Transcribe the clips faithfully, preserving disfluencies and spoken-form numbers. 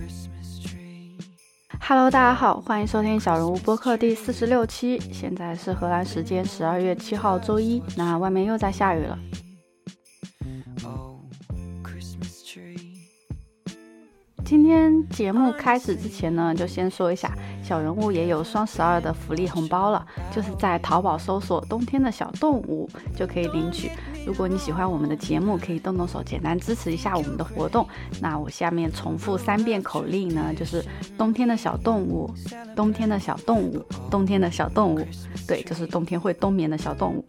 Hello， 大家好，欢迎收听小人物播客第四十六期。现在是荷兰时间十二月七号周一，那外面又在下雨了。今天节目开始之前呢，就先说一下，小人物也有双十二的福利红包了，就是在淘宝搜索冬天的小动物就可以领取。如果你喜欢我们的节目，可以动动手简单支持一下我们的活动。那我下面重复三遍口令呢，就是冬天的小动物，冬天的小动物，冬天的小动物，对，就是冬天会冬眠的小动物。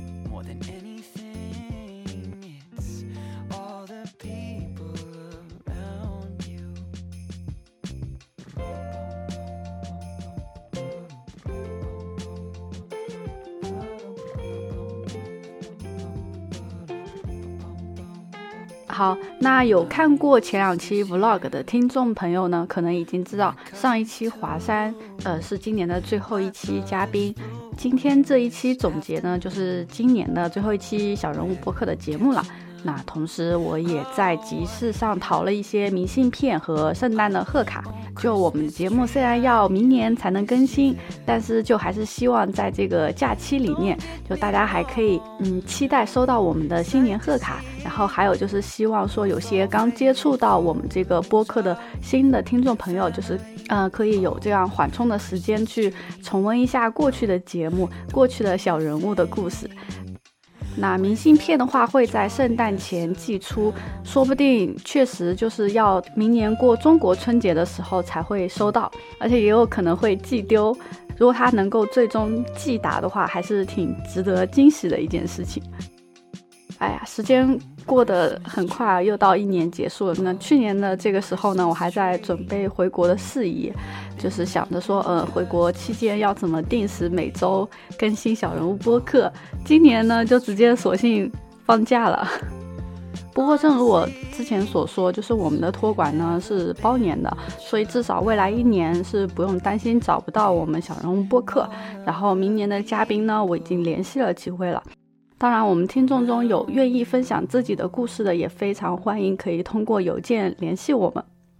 好，那有看过前两期 vlog 的听众朋友呢，可能已经知道上一期华山呃是今年的最后一期嘉宾，今天这一期总结呢，就是今年的最后一期小人物播客的节目了。那同时我也在集市上淘了一些明信片和圣诞的贺卡。就我们的节目虽然要明年才能更新，但是就还是希望在这个假期里面，就大家还可以嗯期待收到我们的新年贺卡。然后还有就是希望说有些刚接触到我们这个播客的新的听众朋友，就是呃可以有这样缓冲的时间去重温一下过去的节目，过去的小人物的故事。那明信片的话会在圣诞前寄出，说不定确实就是要明年过中国春节的时候才会收到，而且也有可能会寄丢。如果它能够最终寄达的话，还是挺值得惊喜的一件事情。哎呀，时间过得很快啊，又到一年结束了。那去年的这个时候呢，我还在准备回国的事宜，就是想着说呃，回国期间要怎么定时每周更新小人物播客。今年呢就直接索性放假了。不过正如我之前所说，就是我们的托管呢是包年的，所以至少未来一年是不用担心找不到我们小人物播客。然后明年的嘉宾呢，我已经联系了几位了。当然我们听众中有愿意分享自己的故事的，也非常欢迎可以通过邮件联系我们。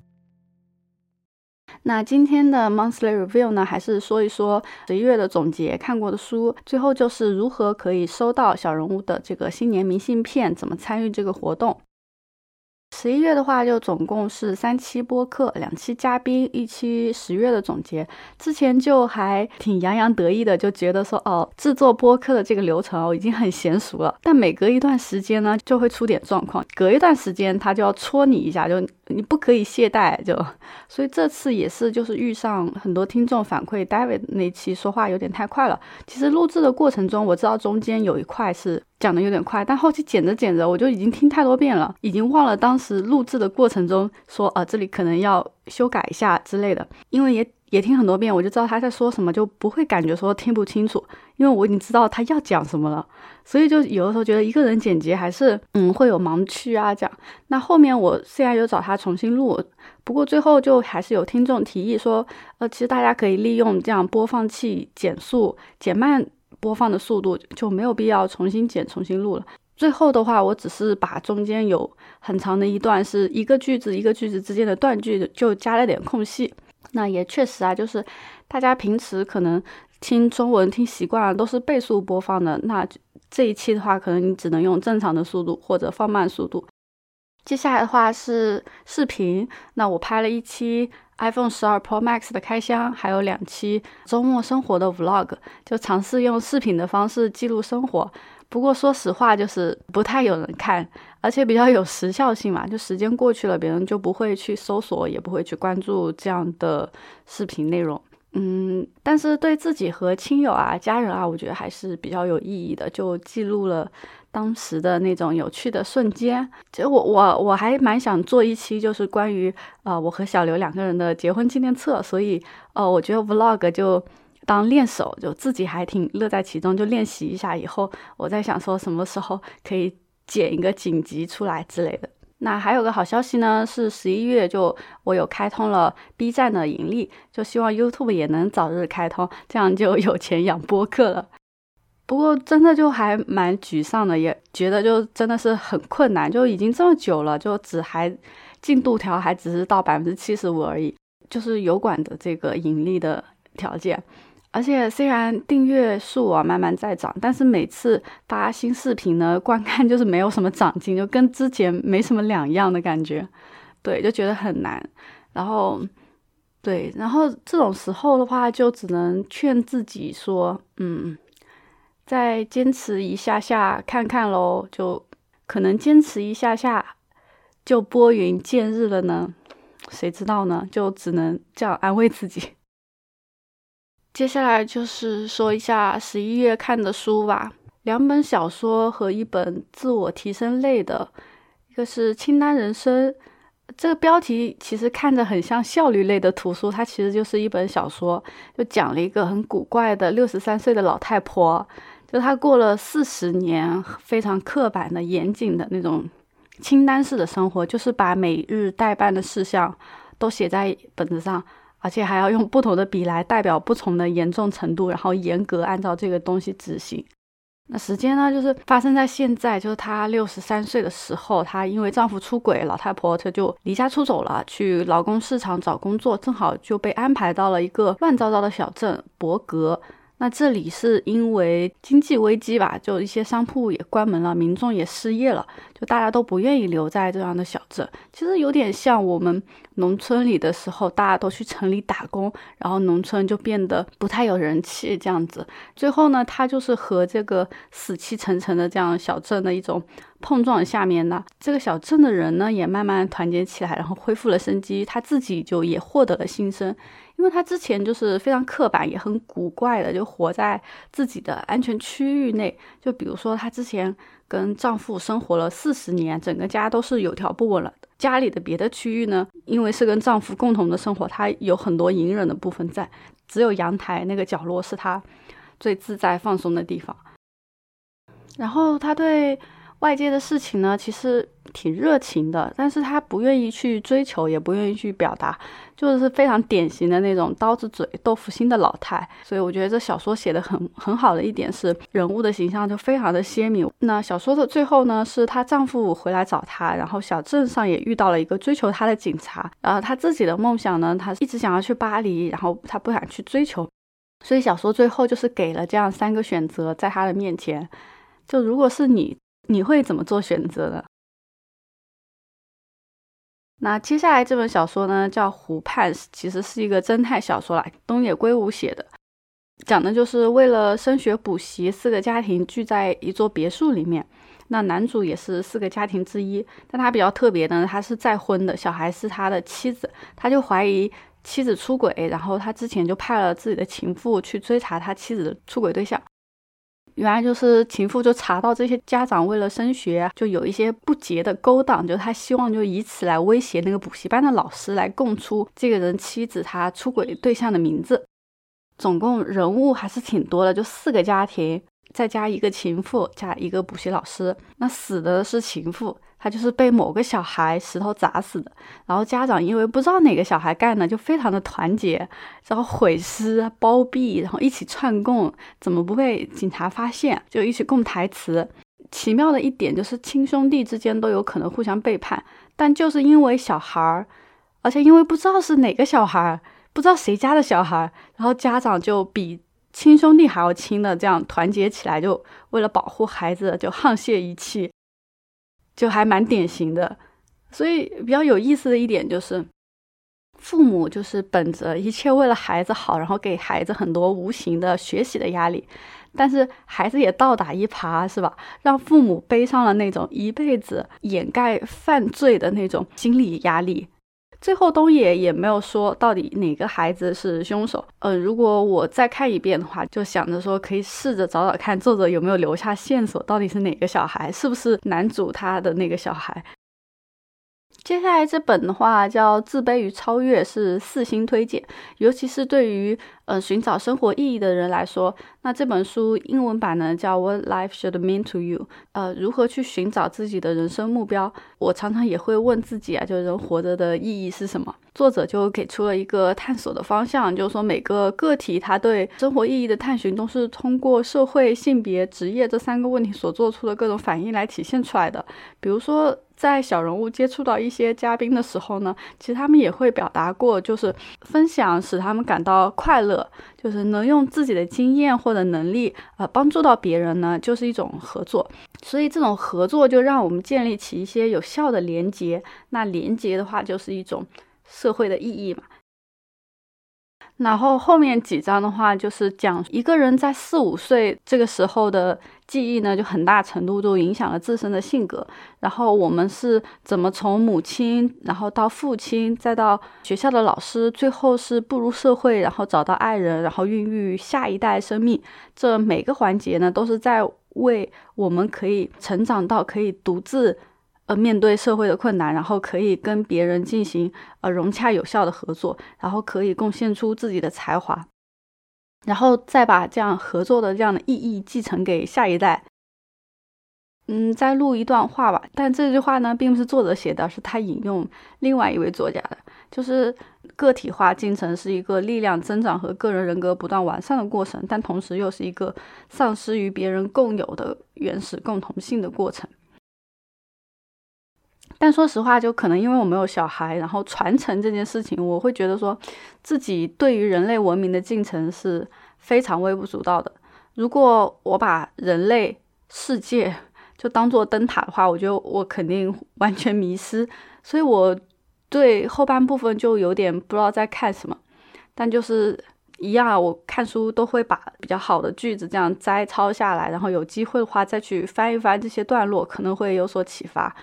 那今天的 monthly review 呢，还是说一说十一月的总结，看过的书，最后就是如何可以收到小人物的这个新年明信片，怎么参与这个活动。十一月的话就总共是三期播客，两期嘉宾，一期十月的总结。之前就还挺洋洋得意的，就觉得说哦，制作播客的这个流程哦已经很娴熟了，但每隔一段时间呢就会出点状况，隔一段时间他就要戳你一下，就你不可以懈怠，就所以这次也是就是遇上很多听众反馈 David 那期说话有点太快了。其实录制的过程中我知道中间有一块是讲的有点快，但后期剪着剪着我就已经听太多遍了，已经忘了当时录制的过程中说啊这里可能要修改一下之类的，因为也也听很多遍，我就知道他在说什么，就不会感觉说听不清楚，因为我已经知道他要讲什么了。所以就有的时候觉得一个人剪辑还是嗯会有盲区啊这样。那后面我虽然有找他重新录，不过最后就还是有听众提议说呃其实大家可以利用这样播放器减速减慢播放的速度，就没有必要重新剪重新录了。最后的话我只是把中间有很长的一段是一个句子一个句子之间的断句就加了点空隙。那也确实啊，就是大家平时可能听中文听习惯了都是倍速播放的，那这一期的话可能你只能用正常的速度或者放慢速度。接下来的话是视频，那我拍了一期 iPhone 十二 Pro Max 的开箱，还有两期周末生活的 vlog， 就尝试用视频的方式记录生活。不过说实话就是不太有人看，而且比较有时效性嘛，就时间过去了别人就不会去搜索，也不会去关注这样的视频内容。嗯，但是对自己和亲友啊家人啊我觉得还是比较有意义的，就记录了当时的那种有趣的瞬间。其实我我我还蛮想做一期就是关于呃我和小刘两个人的结婚纪念册，所以呃我觉得 vlog 就当练手，就自己还挺乐在其中，就练习一下，以后我在想说什么时候可以剪一个紧急出来之类的。那还有个好消息呢，是十一月就我有开通了 B 站的盈利，就希望 YouTube 也能早日开通，这样就有钱养播客了。不过真的就还蛮沮丧的，也觉得就真的是很困难，就已经这么久了，就只还进度条还只是到百分之七十五而已，就是油管的这个盈利的条件。而且虽然订阅数啊慢慢在涨，但是每次发新视频呢，观看就是没有什么长进，就跟之前没什么两样的感觉。对，就觉得很难。然后对，然后这种时候的话，就只能劝自己说，嗯，再坚持一下下看看咯，就可能坚持一下下就拨云见日了呢，谁知道呢？就只能这样安慰自己。接下来就是说一下十一月看的书吧，两本小说和一本自我提升类的，一个是清单人生，这个标题其实看着很像效率类的图书，它其实就是一本小说，就讲了一个很古怪的六十三岁的老太婆，就她过了四十年非常刻板的严谨的那种清单式的生活，就是把每日待办的事项都写在本子上，而且还要用不同的笔来代表不同的严重程度，然后严格按照这个东西执行。那时间呢，就是发生在现在，就是她六十三岁的时候，她因为丈夫出轨，老太婆她就离家出走了，去劳工市场找工作，正好就被安排到了一个乱糟糟的小镇伯格。那这里是因为经济危机吧，就一些商铺也关门了，民众也失业了，就大家都不愿意留在这样的小镇。其实有点像我们农村里的时候，大家都去城里打工，然后农村就变得不太有人气这样子。最后呢，他就是和这个死气沉沉的这样小镇的一种碰撞下面呢，这个小镇的人呢也慢慢团结起来，然后恢复了生机，他自己就也获得了新生。因为他之前就是非常刻板也很古怪的，就活在自己的安全区域内，就比如说她之前跟丈夫生活了四十年，整个家都是有条不紊了。家里的别的区域呢，因为是跟丈夫共同的生活，她有很多隐忍的部分在，只有阳台那个角落是她最自在放松的地方。然后她对外界的事情呢其实挺热情的，但是他不愿意去追求，也不愿意去表达，就是非常典型的那种刀子嘴豆腐心的老太。所以我觉得这小说写的很很好的一点是人物的形象就非常的鲜明。那小说的最后呢，是她丈夫回来找她，然后小镇上也遇到了一个追求她的警察，然后她自己的梦想呢，她一直想要去巴黎，然后她不想去追求，所以小说最后就是给了这样三个选择在她的面前，就如果是你你会怎么做选择呢？那接下来这本小说呢叫湖畔，其实是一个侦探小说啦，东野圭吾写的，讲的就是为了升学补习，四个家庭聚在一座别墅里面，那男主也是四个家庭之一，但他比较特别的呢，他是再婚的，小孩是他的妻子，他就怀疑妻子出轨，然后他之前就派了自己的情妇去追查他妻子的出轨对象。原来就是情妇就查到这些家长为了升学就有一些不洁的勾当，就他希望就以此来威胁那个补习班的老师，来供出这个人妻子他出轨对象的名字。总共人物还是挺多的，就四个家庭再加一个情妇加一个补习老师。那死的是情妇，他就是被某个小孩石头砸死的，然后家长因为不知道哪个小孩干的，就非常的团结，然后毁尸包庇，然后一起串供，怎么不被警察发现，就一起供台词。奇妙的一点就是亲兄弟之间都有可能互相背叛，但就是因为小孩，而且因为不知道是哪个小孩，不知道谁家的小孩，然后家长就比亲兄弟还要亲的这样团结起来，就为了保护孩子就沆瀣一气，就还蛮典型的。所以比较有意思的一点就是父母就是本着一切为了孩子好，然后给孩子很多无形的学习的压力，但是孩子也倒打一耙，是吧？让父母背上了那种一辈子掩盖犯罪的那种心理压力。最后东野也没有说到底哪个孩子是凶手。呃，如果我再看一遍的话，就想着说可以试着找找看作者有没有留下线索，到底是哪个小孩，是不是男主他的那个小孩。接下来这本的话叫自卑与超越，是四星推荐，尤其是对于呃寻找生活意义的人来说。那这本书英文版呢叫 What Life Should Mean to You， 呃，如何去寻找自己的人生目标。我常常也会问自己啊，就人活着的意义是什么。作者就给出了一个探索的方向，就是说每个个体他对生活意义的探寻都是通过社会、性别、职业这三个问题所做出的各种反应来体现出来的。比如说在小人物接触到一些嘉宾的时候呢，其实他们也会表达过，就是分享使他们感到快乐，就是能用自己的经验或者能力呃帮助到别人呢，就是一种合作。所以这种合作就让我们建立起一些有效的连结，那连结的话就是一种社会的意义嘛。然后后面几章的话就是讲一个人在四五岁这个时候的记忆呢，就很大程度都影响了自身的性格，然后我们是怎么从母亲然后到父亲再到学校的老师，最后是步入社会，然后找到爱人，然后孕育下一代生命，这每个环节呢都是在为我们可以成长到可以独自呃，面对社会的困难，然后可以跟别人进行呃融洽有效的合作，然后可以贡献出自己的才华，然后再把这样合作的这样的意义继承给下一代。嗯，再录一段话吧，但这句话呢并不是作者写的，是他引用另外一位作家的，就是个体化进程是一个力量增长和个人人格不断完善的过程，但同时又是一个丧失与别人共有的原始共同性的过程。但说实话，就可能因为我没有小孩，然后传承这件事情，我会觉得说自己对于人类文明的进程是非常微不足道的。如果我把人类世界就当做灯塔的话，我觉得我肯定完全迷失，所以我对后半部分就有点不知道在看什么。但就是一样啊，我看书都会把比较好的句子这样摘抄下来，然后有机会的话再去翻一翻这些段落，可能会有所启发。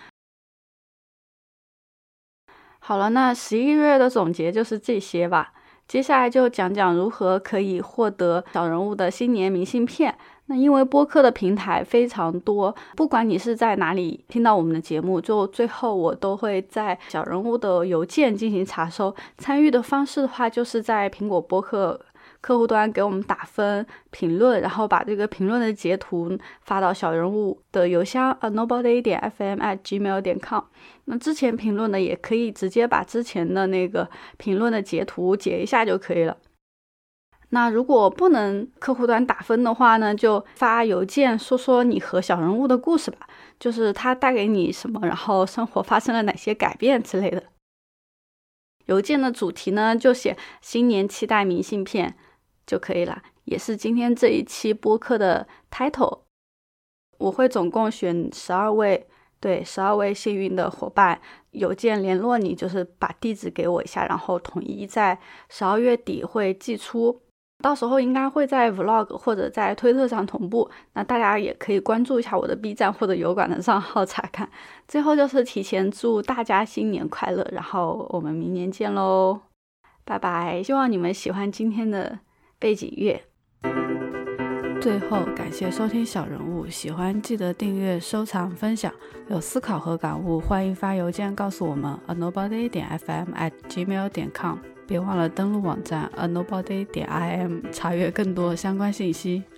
好了，那十一月的总结就是这些吧。接下来就讲讲如何可以获得小人物的新年明信片。那因为播客的平台非常多，不管你是在哪里听到我们的节目，就最后我都会在小人物的邮件进行查收。参与的方式的话，就是在苹果播客客户端给我们打分评论，然后把这个评论的截图发到小人物的邮箱 a nobody 点 f m at gmail 点 com。 那之前评论呢，也可以直接把之前的那个评论的截图截一下就可以了。那如果不能客户端打分的话呢，就发邮件说说你和小人物的故事吧，就是他带给你什么，然后生活发生了哪些改变之类的。邮件的主题呢，就写新年期待明信片就可以了，也是今天这一期播客的 title。 我会总共选十二位，对，十二位幸运的伙伴邮件联络你，就是把地址给我一下，然后统一在十二月底会寄出，到时候应该会在 vlog 或者在推特上同步，那大家也可以关注一下我的 B 站或者油管的账号查看。最后就是提前祝大家新年快乐，然后我们明年见咯，拜拜。希望你们喜欢今天的背景乐。最后感谢收听小人物，喜欢记得订阅收藏分享，有思考和感悟欢迎发邮件告诉我们 a nobody 点 f m at gmail 点 com， 别忘了登录网站 a nobody 点 i m 查阅更多相关信息。